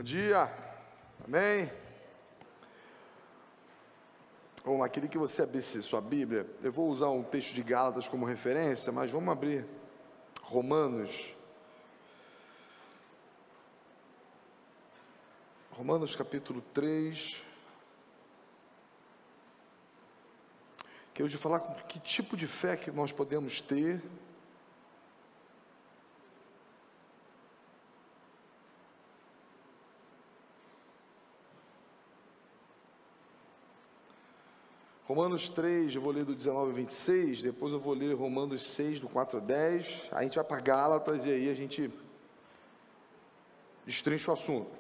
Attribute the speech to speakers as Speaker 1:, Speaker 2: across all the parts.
Speaker 1: Bom dia, amém? Bom, queria que você abrisse sua Bíblia. Eu vou usar um texto de Gálatas como referência, mas vamos abrir Romanos capítulo 3. Quero te falar com que tipo de fé que nós podemos ter. Romanos 3, eu vou ler do 19 ao 26, depois eu vou ler Romanos 6, do 4 ao 10, aí a gente vai para Gálatas e aí a gente destrincha o assunto.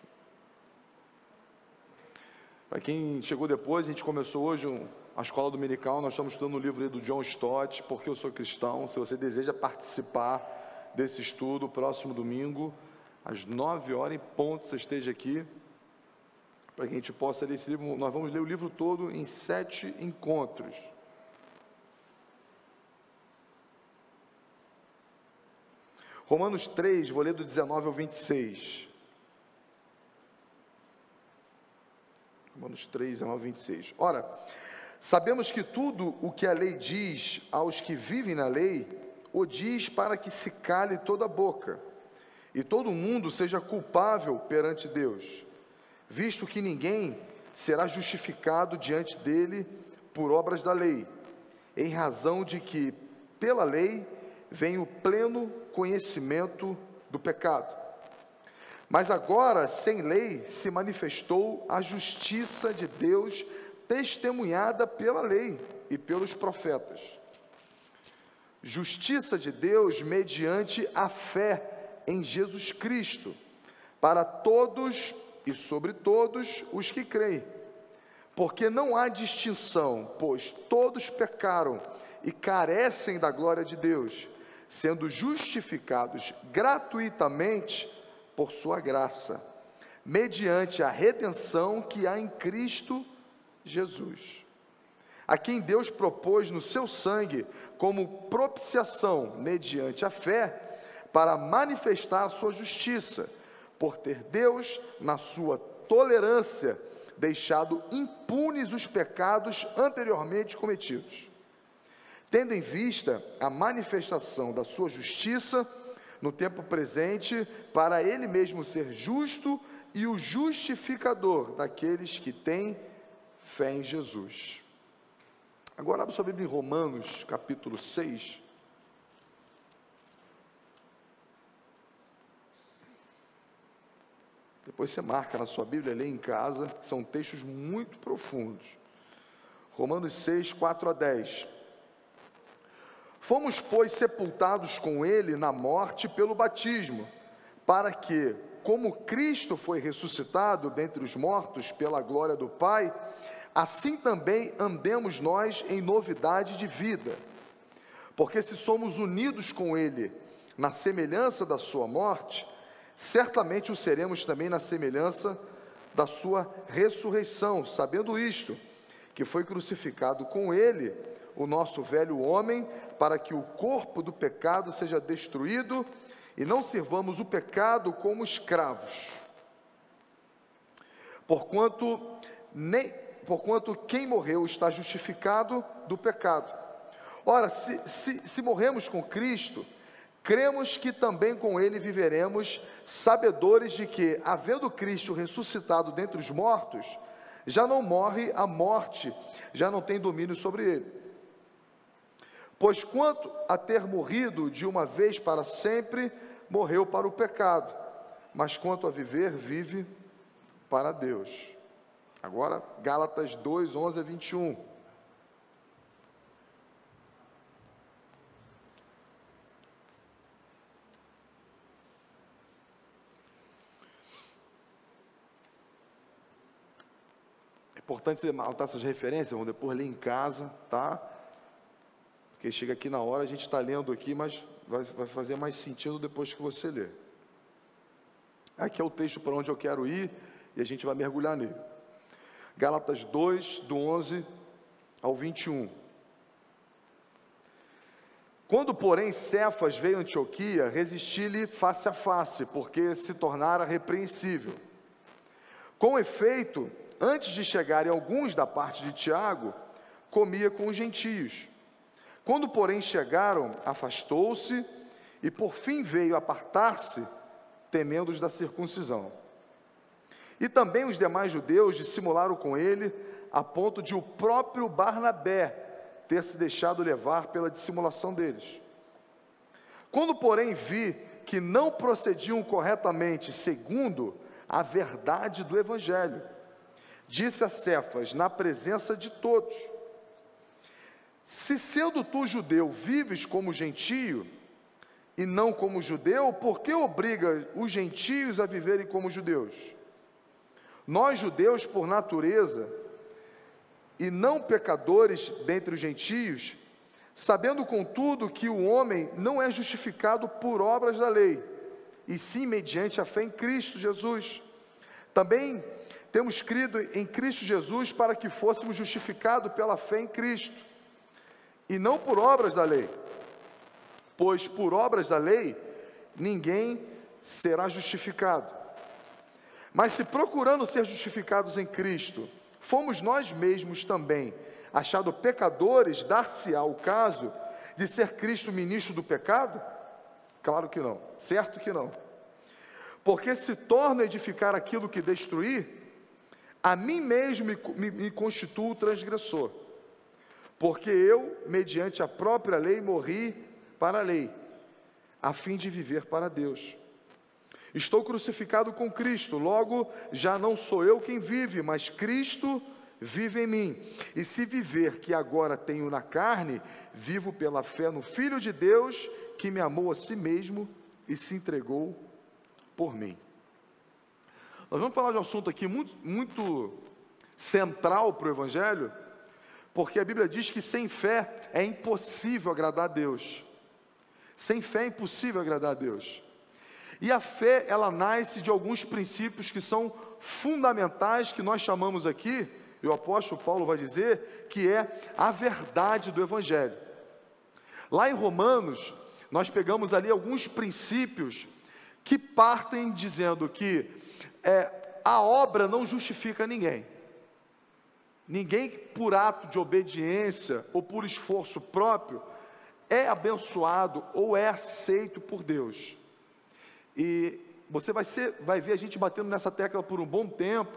Speaker 1: Para quem chegou depois, a gente começou hoje a escola dominical, nós estamos estudando o livro do John Stott, Porque Eu Sou Cristão. Se você deseja participar desse estudo, próximo domingo, às 9 horas em ponto, você esteja aqui, para que a gente possa ler esse livro. Nós vamos ler o livro todo em 7 encontros. Romanos 3, vou ler do 19 ao 26. Romanos 3, 19 ao 26. Ora, sabemos que tudo o que a lei diz aos que vivem na lei, o diz para que se cale toda a boca, e todo mundo seja culpável perante Deus, visto que ninguém será justificado diante dele por obras da lei, em razão de que, pela lei, vem o pleno conhecimento do pecado. Mas agora, sem lei, se manifestou a justiça de Deus, testemunhada pela lei e pelos profetas. Justiça de Deus mediante a fé em Jesus Cristo, para todos e sobre todos os que creem, porque não há distinção, pois todos pecaram e carecem da glória de Deus, sendo justificados gratuitamente por sua graça, mediante a redenção que há em Cristo Jesus, a quem Deus propôs no seu sangue como propiciação mediante a fé, para manifestar a sua justiça, por ter Deus, na sua tolerância, deixado impunes os pecados anteriormente cometidos, tendo em vista a manifestação da sua justiça no tempo presente, para Ele mesmo ser justo e o justificador daqueles que têm fé em Jesus. Agora abra sua Bíblia em Romanos, capítulo 6. Depois você marca na sua Bíblia, lê em casa, são textos muito profundos. Romanos 6, 4 a 10. Fomos, pois, sepultados com ele na morte pelo batismo, para que, como Cristo foi ressuscitado dentre os mortos pela glória do Pai, assim também andemos nós em novidade de vida. Porque se somos unidos com ele na semelhança da sua morte, certamente o seremos também na semelhança da sua ressurreição, sabendo isto, que foi crucificado com ele o nosso velho homem, para que o corpo do pecado seja destruído, e não sirvamos o pecado como escravos. Porquanto quem morreu está justificado do pecado. Ora, se morremos com Cristo, cremos que também com ele viveremos, sabedores de que, havendo Cristo ressuscitado dentre os mortos, já não morre a morte, já não tem domínio sobre ele. Pois quanto a ter morrido de uma vez para sempre, morreu para o pecado, mas quanto a viver, vive para Deus. Agora, Gálatas 2, 11 a 21. É importante você anotar essas referências, vamos depois ler em casa, tá? Porque chega aqui na hora, a gente está lendo aqui, mas vai fazer mais sentido depois que você ler. Aqui é o texto para onde eu quero ir, e a gente vai mergulhar nele. Gálatas 2, do 11 ao 21. Quando, porém, Cefas veio a Antioquia, resisti-lhe face a face, porque se tornara repreensível. Com efeito, antes de chegarem alguns da parte de Tiago, comia com os gentios. Quando, porém, chegaram, afastou-se e por fim veio apartar-se, temendo os da circuncisão. E também os demais judeus dissimularam com ele, a ponto de o próprio Barnabé ter se deixado levar pela dissimulação deles. Quando, porém, vi que não procediam corretamente segundo a verdade do Evangelho, disse a Cefas, na presença de todos: se sendo tu judeu, vives como gentio, e não como judeu, por que obriga os gentios a viverem como judeus? Nós, judeus, por natureza, e não pecadores dentre os gentios, sabendo, contudo, que o homem não é justificado por obras da lei, e sim mediante a fé em Cristo Jesus. Também temos crido em Cristo Jesus para que fôssemos justificados pela fé em Cristo, e não por obras da lei, pois por obras da lei ninguém será justificado. Mas se procurando ser justificados em Cristo, fomos nós mesmos também achados pecadores, dar-se-á o caso de ser Cristo ministro do pecado? Claro que não, certo que não. Porque se torna edificar aquilo que destruir, a mim mesmo me constituo transgressor. Porque eu, mediante a própria lei, morri para a lei, a fim de viver para Deus. Estou crucificado com Cristo, logo já não sou eu quem vive, mas Cristo vive em mim. E se viver que agora tenho na carne, vivo pela fé no Filho de Deus, que me amou a si mesmo e se entregou por mim. Nós vamos falar de um assunto aqui muito central para o Evangelho, porque a Bíblia diz que sem fé é impossível agradar a Deus. Sem fé é impossível agradar a Deus. E a fé, ela nasce de alguns princípios que são fundamentais, que nós chamamos aqui, e o apóstolo Paulo vai dizer, que é a verdade do Evangelho. Lá em Romanos, nós pegamos ali alguns princípios que partem dizendo que a obra não justifica ninguém. Ninguém, por ato de obediência ou por esforço próprio, é abençoado ou é aceito por Deus. E você vai ver a gente batendo nessa tecla por um bom tempo,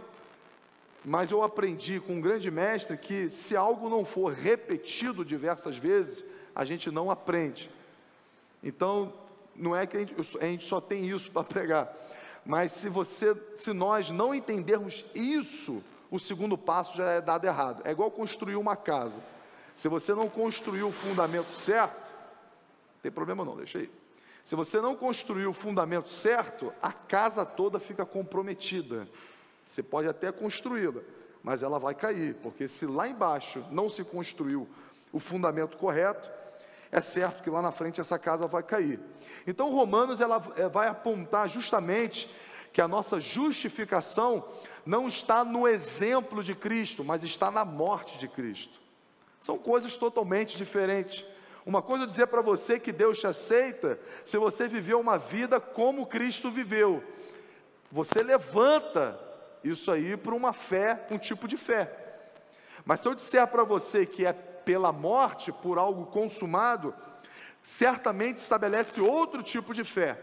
Speaker 1: mas eu aprendi com um grande mestre que se algo não for repetido diversas vezes, a gente não aprende. Então, não é que a gente só tem isso para pregar, mas se nós não entendermos isso, o segundo passo já é dado errado. É igual construir uma casa. Se você não construir o fundamento certo, não tem problema não, deixa aí. Se você não construir o fundamento certo, a casa toda fica comprometida. Você pode até construí-la, mas ela vai cair, porque se lá embaixo não se construiu o fundamento correto, é certo que lá na frente essa casa vai cair. Então Romanos ela vai apontar justamente que a nossa justificação não está no exemplo de Cristo, mas está na morte de Cristo. São coisas totalmente diferentes. Uma coisa é dizer para você que Deus te aceita se você viveu uma vida como Cristo viveu. Você levanta isso aí para uma fé, um tipo de fé. Mas se eu disser para você que é pela morte, por algo consumado, certamente estabelece outro tipo de fé.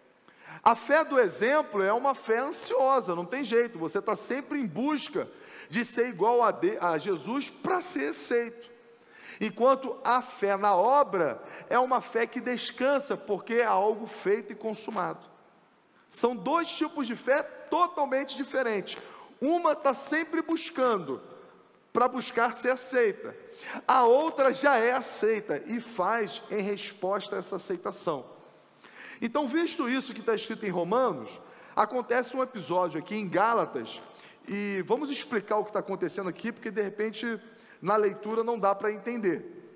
Speaker 1: A fé do exemplo é uma fé ansiosa, não tem jeito, você está sempre em busca de ser igual a Jesus para ser aceito. Enquanto a fé na obra é uma fé que descansa, porque é algo feito e consumado. São dois tipos de fé totalmente diferentes. Uma está sempre buscando, para buscar ser aceita. A outra já é aceita e faz em resposta a essa aceitação. Então, visto isso que está escrito em Romanos, acontece um episódio aqui em Gálatas, e vamos explicar o que está acontecendo aqui, porque de repente na leitura não dá para entender.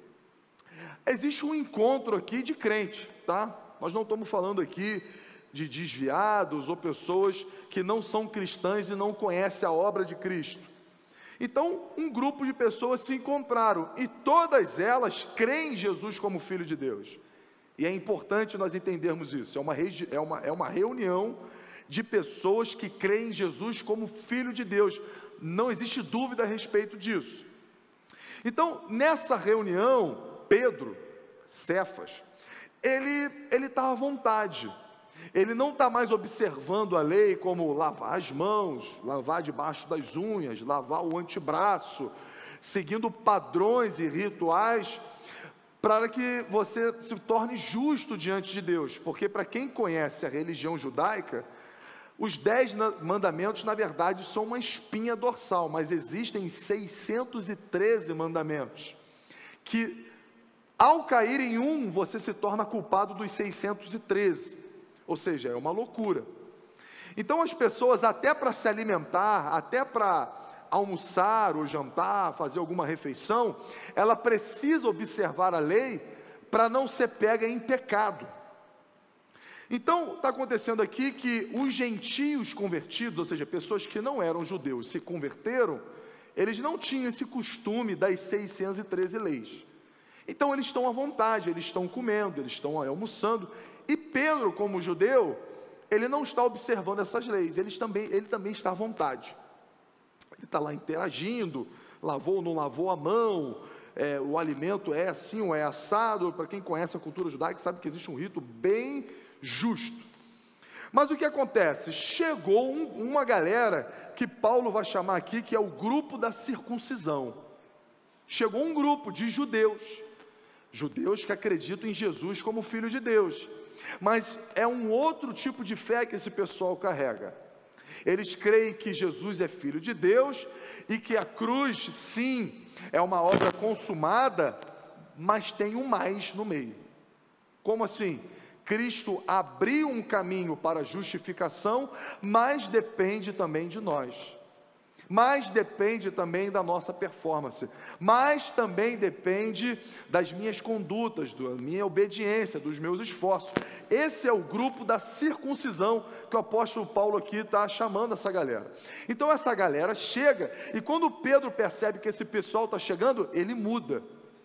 Speaker 1: Existe um encontro aqui de crente, tá? Nós não estamos falando aqui de desviados ou pessoas que não são cristãs e não conhecem a obra de Cristo. Então, um grupo de pessoas se encontraram, e todas elas creem em Jesus como Filho de Deus. E é importante nós entendermos isso. É uma reunião de pessoas que creem em Jesus como Filho de Deus. Não existe dúvida a respeito disso. Então, nessa reunião, Pedro, Cefas, ele está à vontade. Ele não está mais observando a lei como lavar as mãos, lavar debaixo das unhas, lavar o antebraço, seguindo padrões e rituais, para que você se torne justo diante de Deus. Porque para quem conhece a religião judaica, os 10 mandamentos, na verdade, são uma espinha dorsal, mas existem 613 mandamentos, que ao cair em um, você se torna culpado dos 613, ou seja, é uma loucura. Então as pessoas, até para se alimentar, até para almoçar ou jantar, fazer alguma refeição, ela precisa observar a lei, para não ser pega em pecado. Então, está acontecendo aqui que os gentios convertidos, ou seja, pessoas que não eram judeus, se converteram, eles não tinham esse costume das 613 leis. Então, eles estão à vontade, eles estão comendo, eles estão almoçando, e Pedro, como judeu, ele não está observando essas leis, ele também está à vontade. Ele está lá interagindo, lavou ou não lavou a mão, o alimento é assim ou é assado. Para quem conhece a cultura judaica, sabe que existe um rito bem justo. Mas o que acontece? Chegou uma galera, que Paulo vai chamar aqui, que é o grupo da circuncisão. Chegou um grupo de judeus que acreditam em Jesus como Filho de Deus, mas é um outro tipo de fé que esse pessoal carrega. Eles creem que Jesus é Filho de Deus, e que a cruz, sim, é uma obra consumada, mas tem um mais no meio. Como assim? Cristo abriu um caminho para a justificação, mas depende também de nós, mas depende também da nossa performance, mas também depende das minhas condutas, da minha obediência, dos meus esforços. Esse é o grupo da circuncisão, que o apóstolo Paulo aqui está chamando essa galera. Então essa galera chega, e quando Pedro percebe que esse pessoal está chegando, ele muda,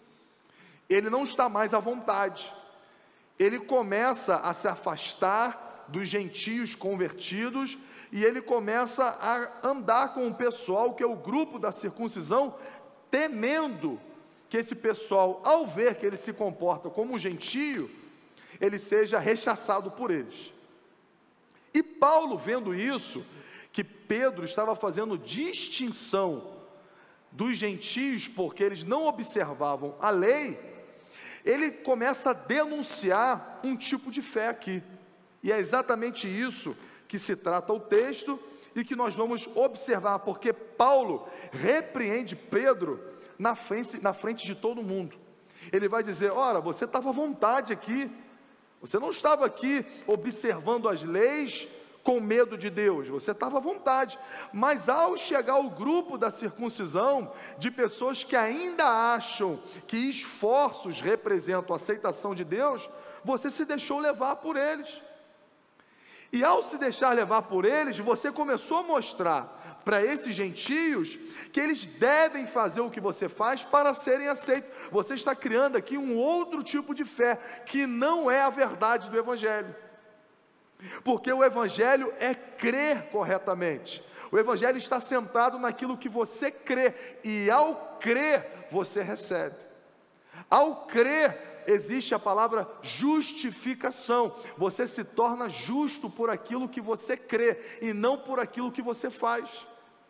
Speaker 1: ele não está mais à vontade, ele começa a se afastar dos gentios convertidos, e ele começa a andar com o pessoal, que é o grupo da circuncisão, temendo que esse pessoal, ao ver que ele se comporta como um gentio, ele seja rechaçado por eles. E Paulo, vendo isso, que Pedro estava fazendo distinção dos gentios, porque eles não observavam a lei, ele começa a denunciar um tipo de fé aqui, e é exatamente isso que se trata o texto, e que nós vamos observar, porque Paulo repreende Pedro na frente de todo mundo. Ele vai dizer: ora, você estava à vontade aqui, você não estava aqui observando as leis com medo de Deus, você estava à vontade, mas ao chegar ao grupo da circuncisão, de pessoas que ainda acham que esforços representam a aceitação de Deus, você se deixou levar por eles. E ao se deixar levar por eles, você começou a mostrar para esses gentios que eles devem fazer o que você faz para serem aceitos. Você está criando aqui um outro tipo de fé, que não é a verdade do Evangelho. Porque o Evangelho é crer corretamente. O Evangelho está centrado naquilo que você crê, e ao crer, você recebe. Ao crer, existe a palavra justificação. Você se torna justo por aquilo que você crê, e não por aquilo que você faz.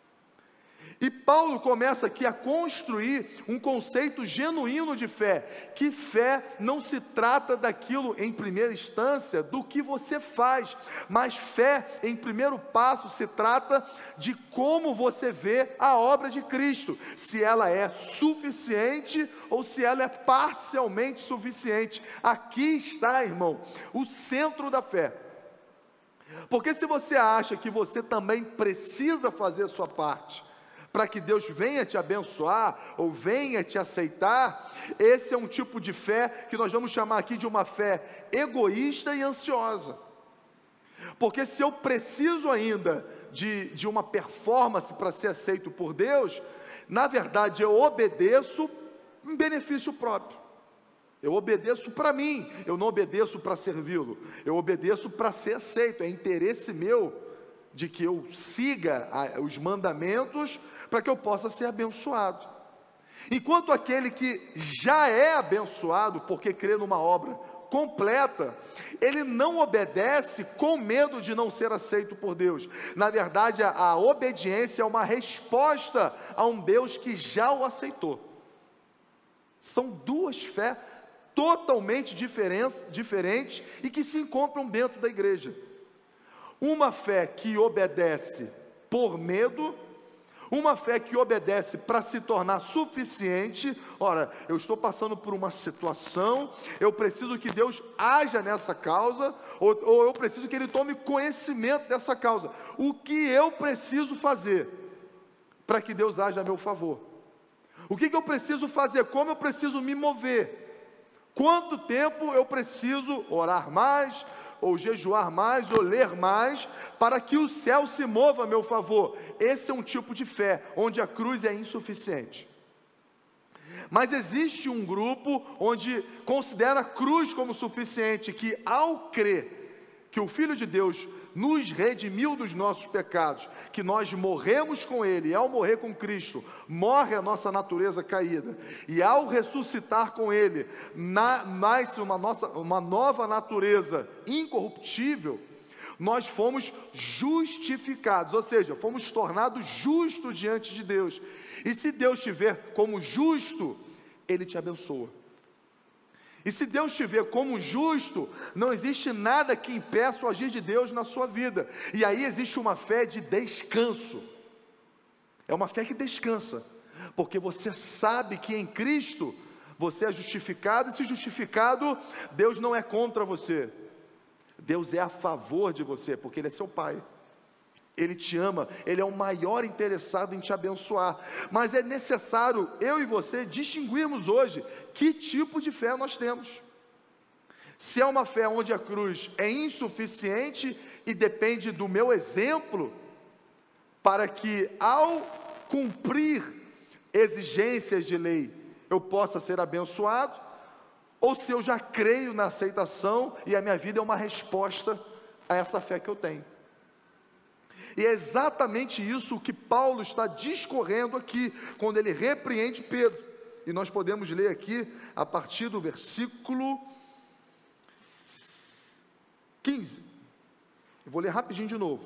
Speaker 1: E Paulo começa aqui a construir um conceito genuíno de fé, que fé não se trata daquilo, em primeira instância, do que você faz, mas fé, em primeiro passo, se trata de como você vê a obra de Cristo, se ela é suficiente ou se ela é parcialmente suficiente. Aqui está, irmão, o centro da fé. Porque se você acha que você também precisa fazer a sua parte, para que Deus venha te abençoar, ou venha te aceitar, esse é um tipo de fé que nós vamos chamar aqui de uma fé egoísta e ansiosa. Porque se eu preciso ainda de uma performance para ser aceito por Deus, na verdade eu obedeço em benefício próprio. Eu obedeço para mim, eu não obedeço para servi-lo, eu obedeço para ser aceito. É interesse meu de que eu siga os mandamentos para que eu possa ser abençoado. Enquanto aquele que já é abençoado porque crê numa obra completa, ele não obedece com medo de não ser aceito por Deus. Na verdade, a obediência é uma resposta a um Deus que já o aceitou. São duas fés totalmente diferentes e que se encontram dentro da igreja. Uma fé que obedece por medo, uma fé que obedece para se tornar suficiente. Ora, eu estou passando por uma situação, eu preciso que Deus haja nessa causa, ou eu preciso que Ele tome conhecimento dessa causa. O que eu preciso fazer para que Deus haja a meu favor? O que eu preciso fazer? Como eu preciso me mover? Quanto tempo eu preciso orar mais, ou jejuar mais, ou ler mais, para que o céu se mova a meu favor? Esse é um tipo de fé, onde a cruz é insuficiente. Mas existe um grupo onde considera a cruz como suficiente, que ao crer que o Filho de Deus nos redimiu dos nossos pecados, que nós morremos com Ele, e ao morrer com Cristo, morre a nossa natureza caída, e ao ressuscitar com Ele, nasce uma nova natureza incorruptível. Nós fomos justificados, ou seja, fomos tornados justos diante de Deus. E se Deus te ver como justo, Ele te abençoa. E se Deus te vê como justo, não existe nada que impeça o agir de Deus na sua vida. E aí existe uma fé de descanso. É uma fé que descansa, porque você sabe que em Cristo você é justificado, e se justificado, Deus não é contra você. Deus é a favor de você, porque Ele é seu Pai. Ele te ama, Ele é o maior interessado em te abençoar. Mas é necessário eu e você distinguirmos hoje que tipo de fé nós temos. Se é uma fé onde a cruz é insuficiente e depende do meu exemplo, para que ao cumprir exigências de lei eu possa ser abençoado, ou se eu já creio na aceitação e a minha vida é uma resposta a essa fé que eu tenho. E é exatamente isso que Paulo está discorrendo aqui, quando ele repreende Pedro. E nós podemos ler aqui, a partir do versículo 15. Eu vou ler rapidinho de novo.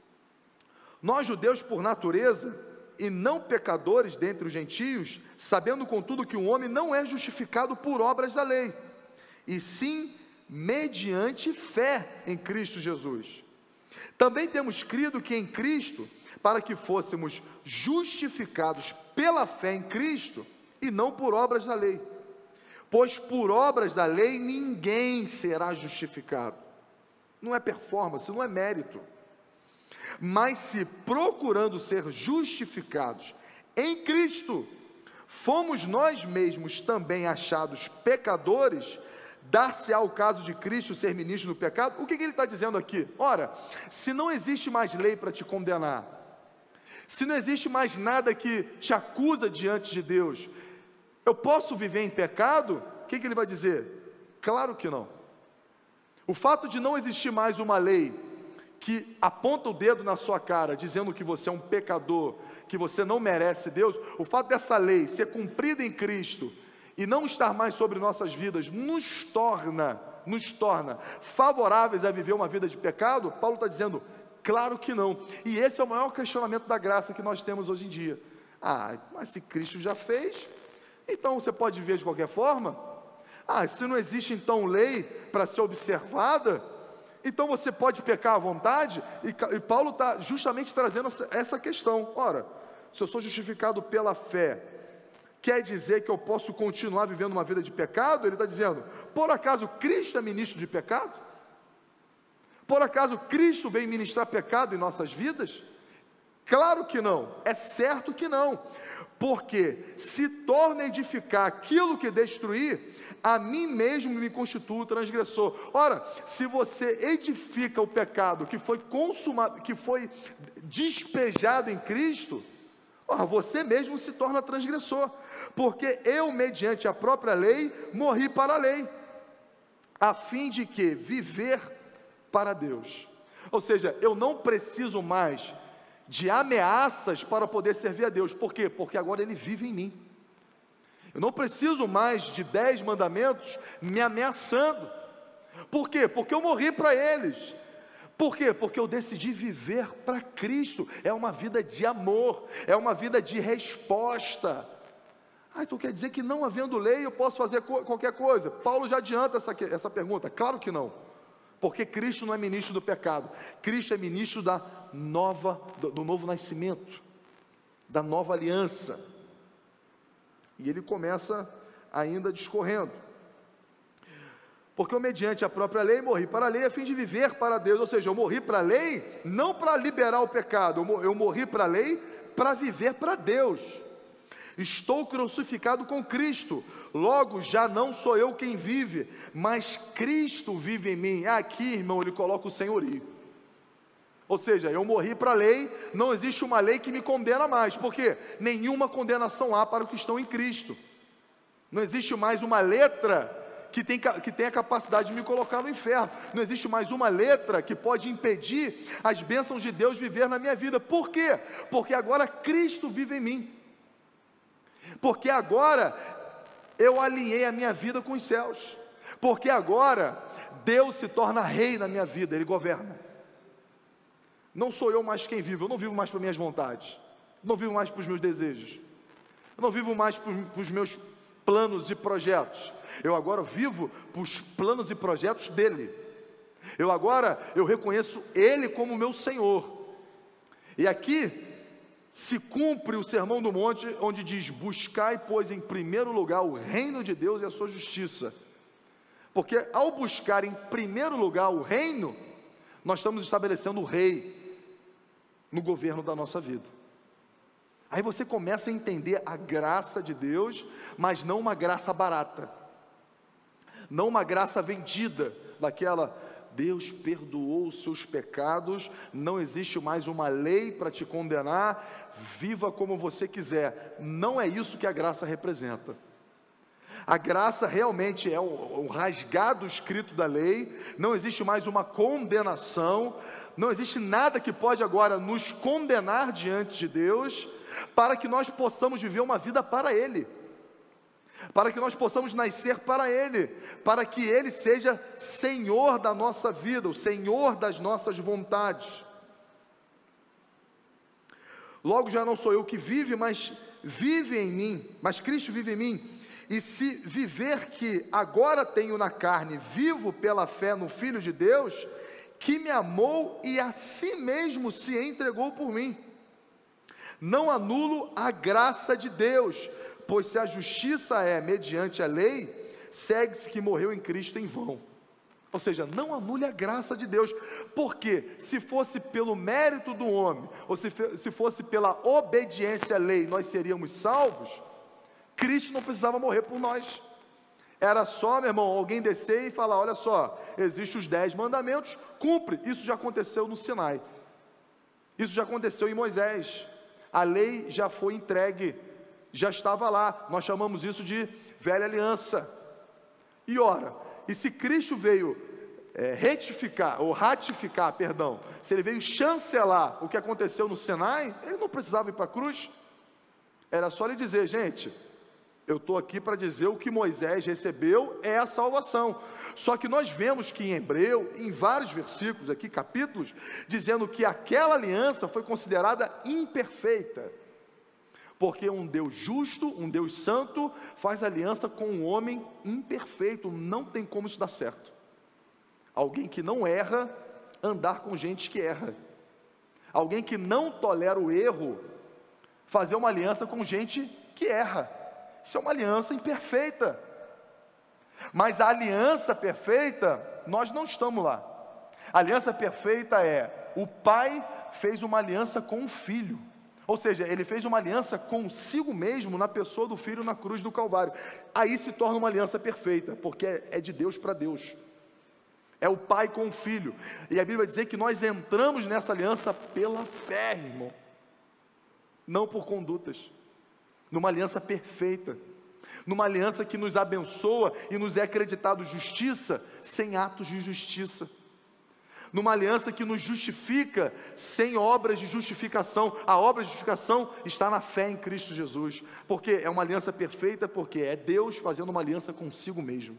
Speaker 1: Nós, judeus por natureza, e não pecadores dentre os gentios, sabendo contudo que o homem não é justificado por obras da lei, e sim mediante fé em Cristo Jesus. Também temos crido que em Cristo, para que fôssemos justificados pela fé em Cristo, e não por obras da lei. Pois por obras da lei ninguém será justificado. Não é performance, não é mérito. Mas se procurando ser justificados em Cristo, fomos nós mesmos também achados pecadores, dar-se-á o caso de Cristo ser ministro do pecado? O que ele está dizendo aqui? Ora, se não existe mais lei para te condenar, se não existe mais nada que te acusa diante de Deus, eu posso viver em pecado? O que ele vai dizer? Claro que não. O fato de não existir mais uma lei que aponta o dedo na sua cara, dizendo que você é um pecador, que você não merece Deus, o fato dessa lei ser cumprida em Cristo e não estar mais sobre nossas vidas, nos torna favoráveis a viver uma vida de pecado? Paulo está dizendo, claro que não. E esse é o maior questionamento da graça que nós temos hoje em dia. Mas se Cristo já fez, então você pode viver de qualquer forma? Se não existe então lei para ser observada, então você pode pecar à vontade? E Paulo está justamente trazendo essa questão. Ora, se eu sou justificado pela fé, quer dizer que eu posso continuar vivendo uma vida de pecado? Ele está dizendo, por acaso Cristo é ministro de pecado? Por acaso Cristo vem ministrar pecado em nossas vidas? Claro que não, é certo que não, porque se torna edificar aquilo que destruir, a mim mesmo me constituo transgressor. Ora, se você edifica o pecado que foi consumado, que foi despejado em Cristo, Você mesmo se torna transgressor, porque eu, mediante a própria lei, morri para a lei, a fim de que viver para Deus. Ou seja, eu não preciso mais de ameaças para poder servir a Deus. Por quê? Porque agora Ele vive em mim. Eu não preciso mais de 10 mandamentos me ameaçando. Por quê? Porque eu morri para eles. Por quê? Porque eu decidi viver para Cristo. É uma vida de amor, é uma vida de resposta. Então quer dizer que não havendo lei eu posso fazer qualquer coisa? Paulo já adianta essa pergunta. Claro que não, porque Cristo não é ministro do pecado. Cristo é ministro do novo nascimento, da nova aliança. E ele começa ainda discorrendo: porque eu, mediante a própria lei, morri para a lei a fim de viver para Deus. Ou seja, eu morri para a lei não para liberar o pecado, eu morri para a lei para viver para Deus. Estou crucificado com Cristo, logo já não sou eu quem vive, mas Cristo vive em mim. Aqui, irmão, ele coloca o senhorio. Ou seja, eu morri para a lei, não existe uma lei que me condena mais. Por quê? Nenhuma condenação há para os que estão em Cristo. Não existe mais uma letra que tem a capacidade de me colocar no inferno. Não existe mais uma letra que pode impedir as bênçãos de Deus viver na minha vida. Por quê? Porque agora Cristo vive em mim. Porque agora eu alinhei a minha vida com os céus. Porque agora Deus se torna rei na minha vida, Ele governa. Não sou eu mais quem vive, eu não vivo mais para minhas vontades, não vivo mais para os meus desejos, eu não vivo mais para os meus planos e projetos. Eu agora vivo para os planos e projetos dEle. Eu reconheço Ele como meu Senhor. E aqui se cumpre o Sermão do Monte, onde diz: buscai, pois, em primeiro lugar o reino de Deus e a sua justiça. Porque ao buscar em primeiro lugar o reino, nós estamos estabelecendo o rei no governo da nossa vida. Aí você começa a entender a graça de Deus, mas não uma graça barata, não uma graça vendida, daquela: Deus perdoou os seus pecados, não existe mais uma lei para te condenar, viva como você quiser. Não é isso que a graça representa. A graça realmente é o rasgado escrito da lei, não existe mais uma condenação, não existe nada que pode agora nos condenar diante de Deus, para que nós possamos viver uma vida para Ele, para que nós possamos nascer para Ele, para que Ele seja Senhor da nossa vida, o Senhor das nossas vontades. Logo já não sou eu que vive, mas vive em mim, mas Cristo vive em mim. E se viver que agora tenho na carne, vivo pela fé no Filho de Deus, que me amou e a si mesmo se entregou por mim. Não anulo a graça de Deus, pois se a justiça é mediante a lei, segue-se que morreu em Cristo em vão. Ou seja, não anule a graça de Deus, porque se fosse pelo mérito do homem, ou se fosse pela obediência à lei, nós seríamos salvos, Cristo não precisava morrer por nós. Era só, meu irmão, alguém descer e falar: olha só, existem os 10 mandamentos, cumpre. Isso já aconteceu no Sinai, isso já aconteceu em Moisés, a lei já foi entregue, já estava lá. Nós chamamos isso de velha aliança. E ora, e se Cristo veio ratificar, se Ele veio chancelar o que aconteceu no Sinai, Ele não precisava ir para a cruz. Era só Ele dizer: gente, eu estou aqui para dizer o que Moisés recebeu é a salvação. Só que nós vemos que em Hebreu, em vários versículos aqui, capítulos, dizendo que aquela aliança foi considerada imperfeita, porque um Deus justo, um Deus santo, faz aliança com um homem imperfeito. Não tem como isso dar certo. Alguém que não erra, andar com gente que erra. Alguém que não tolera o erro, fazer uma aliança com gente que erra. Isso é uma aliança imperfeita. Mas a aliança perfeita, nós não estamos lá. A aliança perfeita é: o pai fez uma aliança com o filho. Ou seja, ele fez uma aliança consigo mesmo na pessoa do Filho na cruz do Calvário. Aí se torna uma aliança perfeita, porque é de Deus para Deus. É o Pai com o Filho. E a Bíblia vai dizer que nós entramos nessa aliança pela fé, irmão. não por condutas, numa aliança perfeita, numa aliança que nos abençoa e nos é acreditado justiça sem atos de justiça, numa aliança que nos justifica sem obras de justificação. A obra de justificação está na fé em Cristo Jesus, porque é uma aliança perfeita, porque é Deus fazendo uma aliança consigo mesmo.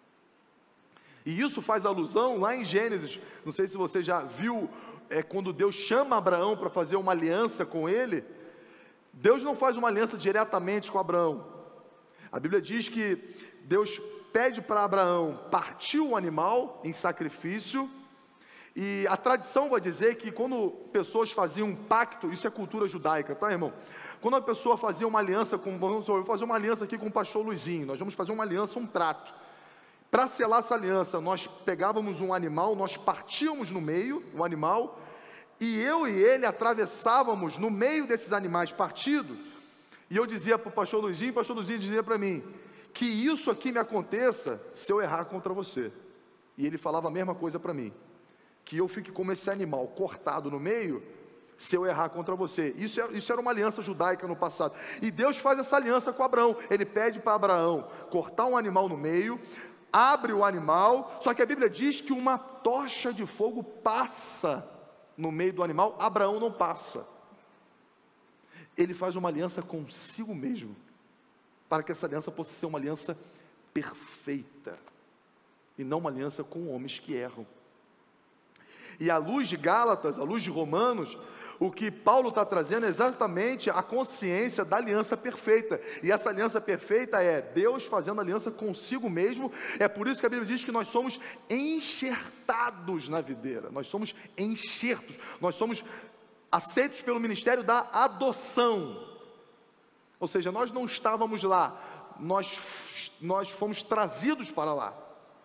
Speaker 1: E isso faz alusão lá em Gênesis, não sei se você já viu, quando Deus chama Abraão para fazer uma aliança com ele. Deus não faz uma aliança diretamente com Abraão. A Bíblia diz que Deus pede para Abraão partir o animal em sacrifício, e a tradição vai dizer que quando pessoas faziam um pacto, isso é cultura judaica, tá, irmão? Quando a pessoa fazia uma aliança com, eu vou fazer uma aliança aqui com o pastor Luizinho, nós vamos fazer uma aliança, um trato. Para selar essa aliança, nós pegávamos um animal, nós partíamos no meio, o animal, e eu e ele atravessávamos no meio desses animais partidos, e eu dizia para o pastor Luizinho dizia para mim, que isso aqui me aconteça se eu errar contra você. E ele falava a mesma coisa para mim, que eu fique como esse animal cortado no meio, se eu errar contra você. Isso era uma aliança judaica no passado, e Deus faz essa aliança com Abraão. Ele pede para Abraão cortar um animal no meio, abre o animal, só que a Bíblia diz que uma tocha de fogo passa no meio do animal. Abraão não passa, ele faz uma aliança consigo mesmo, para que essa aliança possa ser uma aliança perfeita, e não uma aliança com homens que erram. E à luz de Gálatas, à luz de Romanos, o que Paulo está trazendo é exatamente a consciência da aliança perfeita, e essa aliança perfeita é Deus fazendo aliança consigo mesmo. É por isso que a Bíblia diz que nós somos enxertados na videira, nós somos enxertos, nós somos aceitos pelo ministério da adoção, ou seja, nós não estávamos lá, nós fomos trazidos para lá.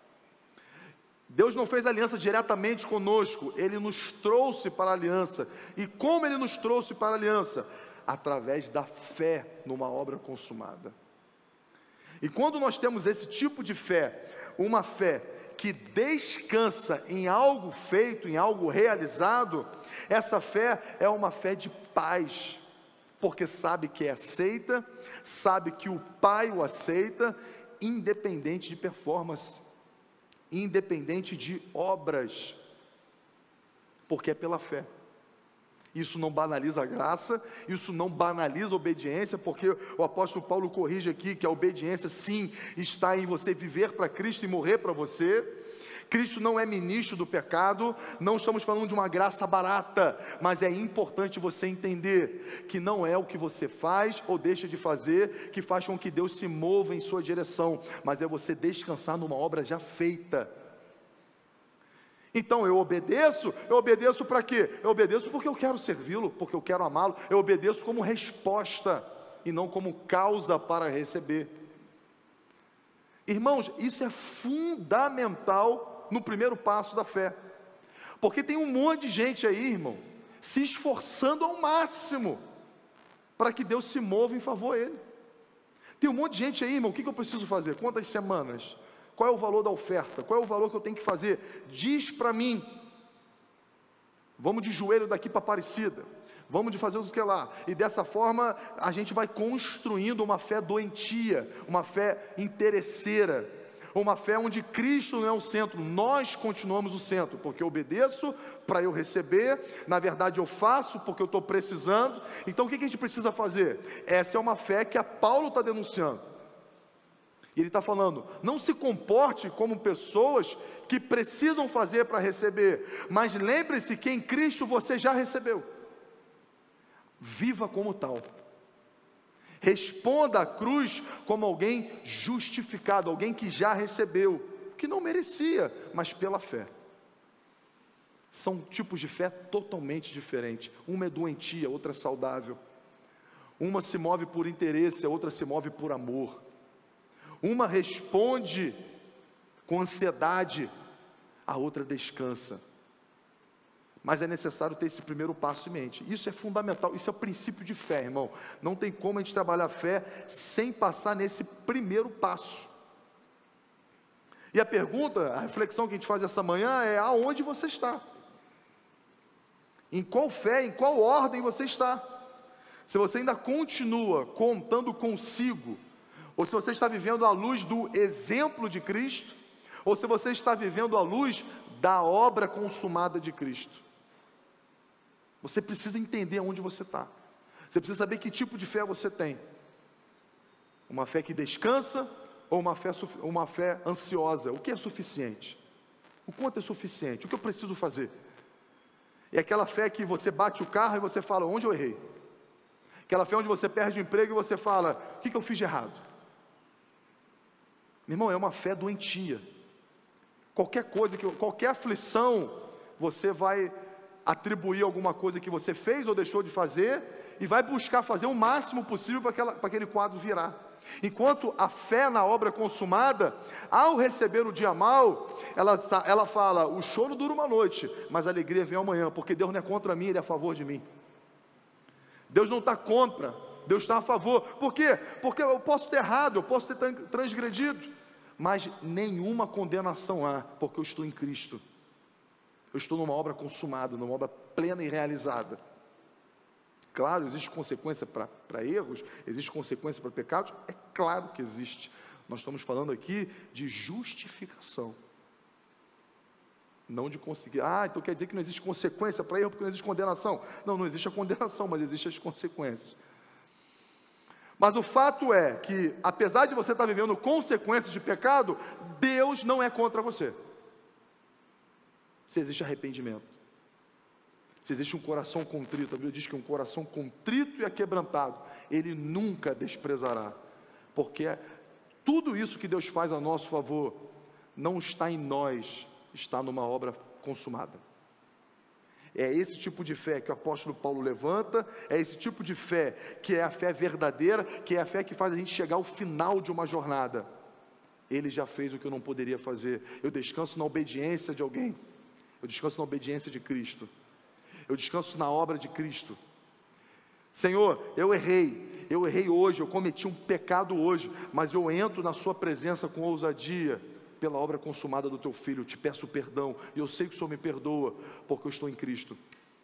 Speaker 1: Deus não fez aliança diretamente conosco, Ele nos trouxe para a aliança. E como Ele nos trouxe para a aliança? Através da fé numa obra consumada. E quando nós temos esse tipo de fé, uma fé que descansa em algo feito, em algo realizado, essa fé é uma fé de paz, porque sabe que é aceita, sabe que o Pai o aceita, independente de performance, independente de obras, porque é pela fé. Isso não banaliza a graça, isso não banaliza a obediência, porque o apóstolo Paulo corrige aqui que a obediência sim está em você viver para Cristo e morrer para você. Cristo não é ministro do pecado, não estamos falando de uma graça barata, mas é importante você entender que não é o que você faz ou deixa de fazer que faz com que Deus se mova em sua direção, mas é você descansar numa obra já feita. Então eu obedeço para quê? Eu obedeço porque eu quero servi-lo, porque eu quero amá-lo, eu obedeço como resposta e não como causa para receber. Irmãos, isso é fundamental no primeiro passo da fé, porque tem um monte de gente aí, irmão, se esforçando ao máximo para que Deus se mova em favor dele. Tem um monte de gente aí, irmão, o que eu preciso fazer? Quantas semanas? Qual é o valor da oferta? Qual é o valor que eu tenho que fazer? Diz para mim. Vamos de joelho daqui para Aparecida, vamos de fazer o que lá, e dessa forma a gente vai construindo uma fé doentia, uma fé interesseira, uma fé onde Cristo não é o centro, nós continuamos o centro, porque eu obedeço para eu receber, na verdade eu faço porque eu estou precisando. Então o que a gente precisa fazer? Essa é uma fé que a Paulo está denunciando, e ele está falando, não se comporte como pessoas que precisam fazer para receber, mas lembre-se que em Cristo você já recebeu, viva como tal, responda à cruz como alguém justificado, alguém que já recebeu, que não merecia, mas pela fé. São tipos de fé totalmente diferentes, uma é doentia, outra é saudável, uma se move por interesse, a outra se move por amor, uma responde com ansiedade, a outra descansa. Mas é necessário ter esse primeiro passo em mente. Isso é fundamental, isso é o princípio de fé, irmão. Não tem como a gente trabalhar a fé sem passar nesse primeiro passo. E a pergunta, a reflexão que a gente faz essa manhã é: aonde você está? Em qual fé, em qual ordem você está? se você ainda continua contando consigo, ou se você está vivendo à luz do exemplo de Cristo, ou se você está vivendo à luz da obra consumada de Cristo. Você precisa entender onde você está. Você precisa saber que tipo de fé você tem. Uma fé que descansa ou uma fé ansiosa? O que é suficiente? O quanto é suficiente? O que eu preciso fazer? É aquela fé que você bate o carro e você fala, onde eu errei? Aquela fé onde você perde o emprego e você fala, o que eu fiz de errado? Meu irmão, é uma fé doentia. Qualquer aflição, você vai atribuir alguma coisa que você fez ou deixou de fazer, e vai buscar fazer o máximo possível para aquele quadro virar. Enquanto a fé na obra consumada, ao receber o dia mal, ela fala, o choro dura uma noite, mas a alegria vem amanhã, porque Deus não é contra mim, Ele é a favor de mim. Deus não está contra, Deus está a favor. Por quê? Porque eu posso ter errado, eu posso ter transgredido, mas nenhuma condenação há, porque eu estou em Cristo. Eu estou numa obra consumada, numa obra plena e realizada. Claro, existe consequência para erros, existe consequência para pecados, é claro que existe. Nós estamos falando aqui de justificação, não de conseguir, então quer dizer que não existe consequência para erro, porque não existe condenação. Não existe a condenação, mas existem as consequências. Mas o fato é que, apesar de você estar vivendo consequências de pecado, Deus não é contra você. Se existe arrependimento, se existe um coração contrito, a Bíblia diz que um coração contrito e aquebrantado, Ele nunca desprezará, porque tudo isso que Deus faz a nosso favor, não está em nós, está numa obra consumada. É esse tipo de fé que o apóstolo Paulo levanta, é esse tipo de fé que é a fé verdadeira, que é a fé que faz a gente chegar ao final de uma jornada. Ele já fez o que eu não poderia fazer. Eu descanso na obediência de alguém, eu descanso na obediência de Cristo, eu descanso na obra de Cristo. Senhor, eu errei hoje, eu cometi um pecado hoje, mas eu entro na sua presença com ousadia, pela obra consumada do teu Filho, eu te peço perdão, e eu sei que o Senhor me perdoa, porque eu estou em Cristo.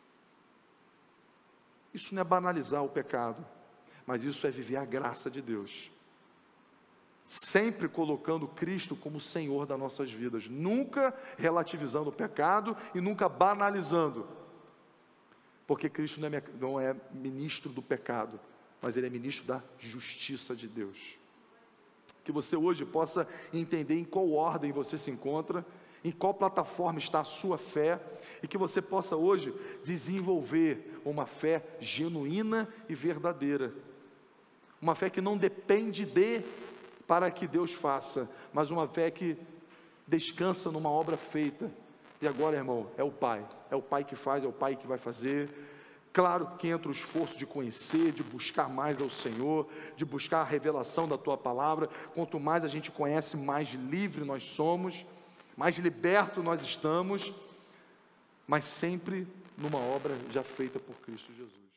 Speaker 1: Isso não é banalizar o pecado, mas isso é viver a graça de Deus, sempre colocando Cristo como Senhor das nossas vidas, nunca relativizando o pecado e nunca banalizando, porque Cristo não é ministro do pecado, mas Ele é ministro da justiça de Deus. Que você hoje possa entender em qual ordem você se encontra, em qual plataforma está a sua fé, e que você possa hoje desenvolver uma fé genuína e verdadeira, uma fé que não depende para que Deus faça, mas uma fé que descansa numa obra feita. E agora, irmão, é o Pai que faz, é o Pai que vai fazer. Claro que entra o esforço de conhecer, de buscar mais ao Senhor, de buscar a revelação da Tua Palavra. Quanto mais a gente conhece, mais livre nós somos, mais liberto nós estamos, mas sempre numa obra já feita por Cristo Jesus.